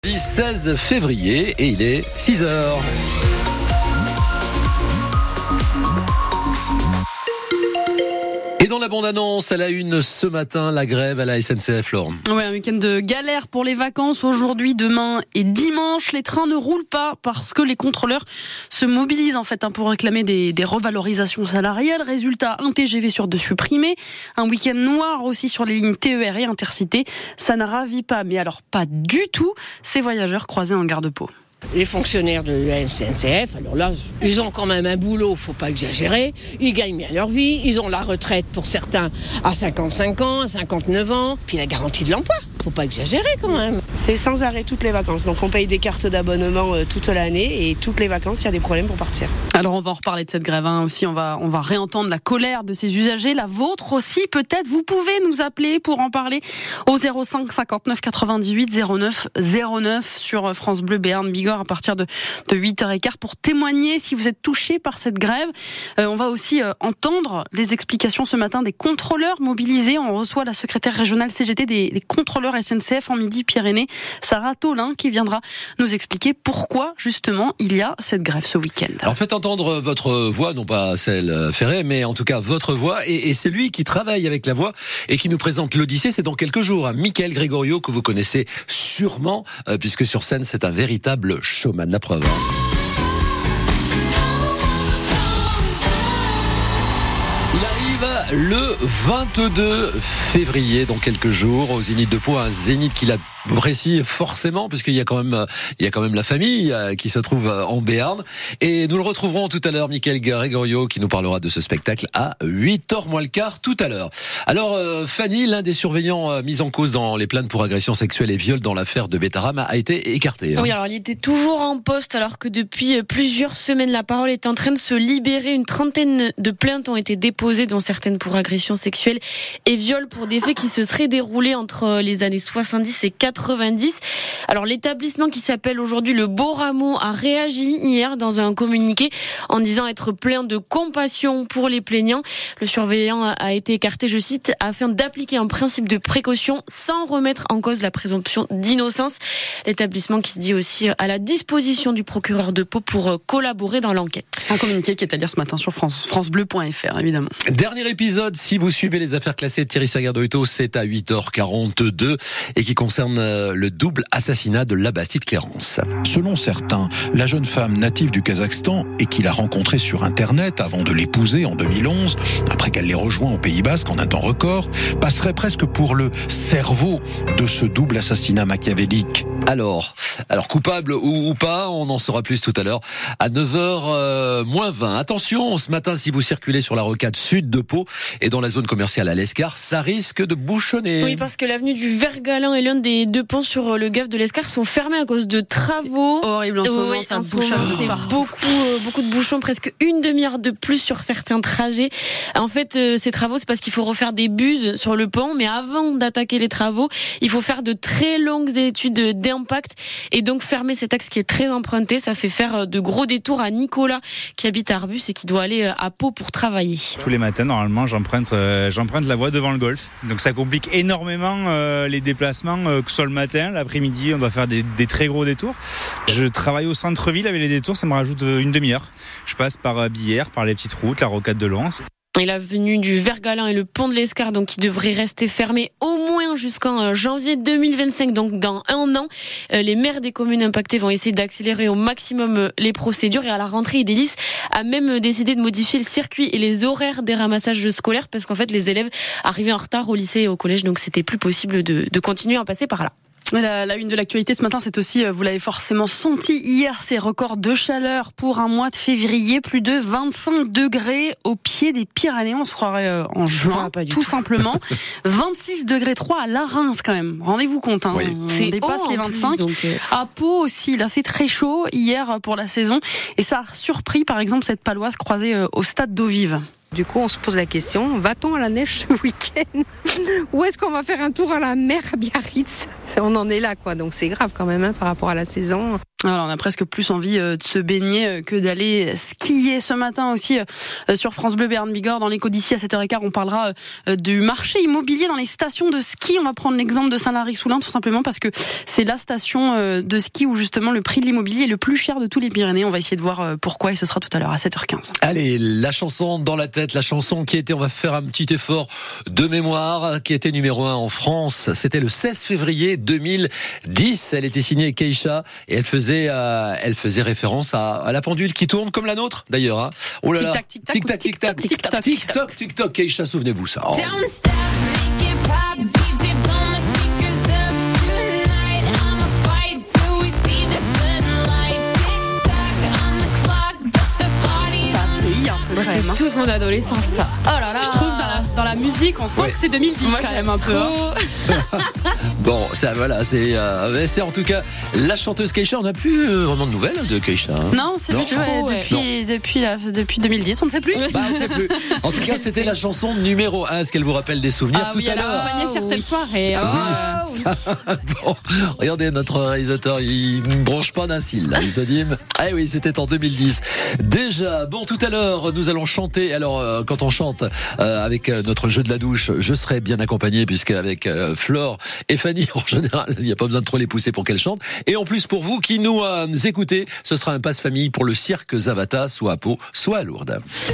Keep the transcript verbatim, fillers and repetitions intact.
seize février et il est six heures. Et dans la bande-annonce, à la une ce matin, la grève à la S N C F, Laure. Ouais, un week-end de galère pour les vacances aujourd'hui, demain et dimanche. Les trains ne roulent pas parce que les contrôleurs se mobilisent en fait hein, pour réclamer des, des revalorisations salariales. Résultat, un T G V sur deux supprimé. Un week-end noir aussi sur les lignes T E R et Intercités. Ça ne ravit pas, mais alors pas du tout, ces voyageurs croisés en gare de Pau. Les fonctionnaires de la S N C F, alors là, ils ont quand même un boulot, faut pas exagérer. Ils gagnent bien leur vie, ils ont la retraite pour certains à cinquante-cinq ans, à cinquante-neuf ans, puis la garantie de l'emploi. Faut pas exagérer quand même. C'est sans arrêt toutes les vacances. Donc on paye des cartes d'abonnement euh, toute l'année et toutes les vacances, il y a des problèmes pour partir. Alors on va en reparler de cette grève hein, aussi. On va on va réentendre la colère de ces usagers, la vôtre aussi peut-être. Vous pouvez nous appeler pour en parler au zéro cinq cinquante-neuf quatre-vingt-dix-huit zéro neuf zéro neuf sur France Bleu Béarn Bigorre à partir de de huit heures quinze pour témoigner si vous êtes touché par cette grève. Euh, on va aussi euh, entendre les explications ce matin des contrôleurs mobilisés. On reçoit la secrétaire régionale C G T des, des contrôleurs S N C F en Midi-Pyrénées, Sarah Tolin, qui viendra nous expliquer pourquoi, justement, il y a cette grève ce week-end. Alors faites entendre votre voix, non pas celle Ferré, mais en tout cas votre voix, et, et c'est lui qui travaille avec la voix et qui nous présente l'Odyssée, c'est dans quelques jours. Hein. Michael Gregorio, que vous connaissez sûrement, euh, puisque sur scène, c'est un véritable showman, la preuve. Hein. Le vingt-deux février, dans quelques jours, au Zénith de Pau, un Zénith qu'il apprécie forcément, puisqu'il y a quand même, il y a quand même la famille qui se trouve en Béarn. Et nous le retrouverons tout à l'heure, Michael Gregorio, qui nous parlera de ce spectacle à huit heures moins le quart tout à l'heure. Alors, Fanny, l'un des surveillants mis en cause dans les plaintes pour agression sexuelle et viol dans l'affaire de Bétaram, a été écarté. Hein. Oui, alors il était toujours en poste, alors que depuis plusieurs semaines, la parole est en train de se libérer. Une trentaine de plaintes ont été déposées, dont certaines pour agression sexuelle et viol pour des faits qui se seraient déroulés entre les années soixante-dix et quatre-vingt-dix. Alors l'établissement qui s'appelle aujourd'hui le Beau Rameau a réagi hier dans un communiqué en disant être plein de compassion pour les plaignants. Le surveillant a été écarté, je cite, afin d'appliquer un principe de précaution sans remettre en cause la présomption d'innocence. L'établissement qui se dit aussi à la disposition du procureur de Pau pour collaborer dans l'enquête. Un communiqué qui est à lire ce matin sur France, francebleu point f r, évidemment. Dernier épisode, si vous suivez les affaires classées de Thierry Sagardotto, c'est à huit heures quarante-deux et qui concerne le double assassinat de Labastide Clérance. Selon certains, la jeune femme native du Kazakhstan et qu'il a rencontrée sur Internet avant de l'épouser en deux mille onze, après qu'elle l'ait rejoint au Pays Basque en un temps record, passerait presque pour le cerveau de ce double assassinat machiavélique. Alors, alors coupable ou, ou pas, on en saura plus tout à l'heure à neuf heures moins vingt. Attention, ce matin, si vous circulez sur la rocade sud de Pau et dans la zone commerciale à l'Escar, ça risque de bouchonner. Oui, parce que l'avenue du Vert-Galant et l'un des deux ponts sur le gave de l'Escar sont fermés à cause de travaux. C'est horrible en ce moment, oui, ça en bouchonne c'est beaucoup, euh, beaucoup de bouchons, presque une demi-heure de plus sur certains trajets. En fait, euh, ces travaux, c'est parce qu'il faut refaire des buses sur le pont, mais avant d'attaquer les travaux, il faut faire de très longues études d'impact et donc fermer cet axe qui est très emprunté. Ça fait faire de gros détours à Nicolas qui habite à Arbus et qui doit aller à Pau pour travailler. Tous les matins, normalement, j'emprunte, euh, j'emprunte la voie devant le golf. Donc ça complique énormément euh, les déplacements, euh, que ce soit le matin, l'après-midi, on doit faire des, des très gros détours. Je travaille au centre-ville avec les détours, ça me rajoute une demi-heure. Je passe par Billère, par les petites routes, la rocade de Lens. Et l'avenue du Vert-Galant et le pont de l'Escar, donc qui devraient rester fermés au moins jusqu'en janvier deux mille vingt-cinq, donc dans un an. Les maires des communes impactées vont essayer d'accélérer au maximum les procédures. Et à la rentrée, Idélis a même décidé de modifier le circuit et les horaires des ramassages scolaires parce qu'en fait, les élèves arrivaient en retard au lycée et au collège, donc c'était plus possible de, de continuer à passer par là. La, la une de l'actualité ce matin, c'est aussi, vous l'avez forcément senti hier, ces records de chaleur pour un mois de février, plus de vingt-cinq degrés au pied des Pyrénées, on se croirait euh, en juin, tout, tout simplement. vingt-six degrés trois à La Reims quand même, rendez-vous compte, hein, oui. on c'est dépasse les vingt-cinq. Plus, donc euh... À Pau aussi, il a fait très chaud hier pour la saison et ça a surpris par exemple cette paloise croisée au stade d'Eau Vive. Du coup, on se pose la question, va-t-on à la neige ce week-end? Ou est-ce qu'on va faire un tour à la mer à Biarritz? On en est là, quoi. Donc c'est grave quand même hein, par rapport à la saison. Alors, on a presque plus envie de se baigner que d'aller skier. Ce matin aussi, sur France Bleu Béarn Bigorre, dans l'écho d'ici à sept heures quinze, on parlera du marché immobilier dans les stations de ski. On va prendre l'exemple de Saint-Lary-Soulan, tout simplement parce que c'est la station de ski où justement le prix de l'immobilier est le plus cher de tous les Pyrénées. On va essayer de voir pourquoi et ce sera tout à l'heure à sept heures quinze. Allez, la chanson dans la tête, la chanson qui était, on va faire un petit effort de mémoire, qui était numéro un en France. C'était le seize février deux mille dix. Elle était signée Keïcha et elle faisait Euh, elle faisait référence à, à la pendule qui tourne comme la nôtre d'ailleurs. Hein. Oh là là. Tic tac tic tac tic tac tic tac tic tac tic tac. Keïcha, souvenez-vous ça. Oh. C'est toute mon adolescence, ça. Oh là là. Je trouve dans la, dans la musique, on sent ouais. que c'est deux mille dix. Moi, quand même un peu. Hein. Bon, ça voilà, c'est, euh, c'est en tout cas la chanteuse Keïcha. On n'a plus euh, vraiment de nouvelles de Keïcha. Hein. Non, c'est plus trop. Ouais, depuis, depuis, la, depuis deux mille dix, on ne sait plus. Bah, on ne sait plus. En tout cas, c'était la chanson numéro un. Est-ce qu'elle vous rappelle des souvenirs ah, tout oui, à l'heure? Ah, oui, certaines soirées. Ah, oui. Ça, bon, regardez, notre réalisateur, il ne bronche pas d'un cil. Là. Il se dit, ah oui, c'était en deux mille dix. Déjà, bon, tout à l'heure, nous allons chanter. Alors, euh, quand on chante euh, avec euh, notre jeu de la douche, je serai bien accompagné puisque avec euh, Flore et Fanny, en général, il n'y a pas besoin de trop les pousser pour qu'elles chantent. Et en plus, pour vous qui nous euh, écoutez, ce sera un passe-famille pour le cirque Zavata, soit à Pau, soit à Lourdes.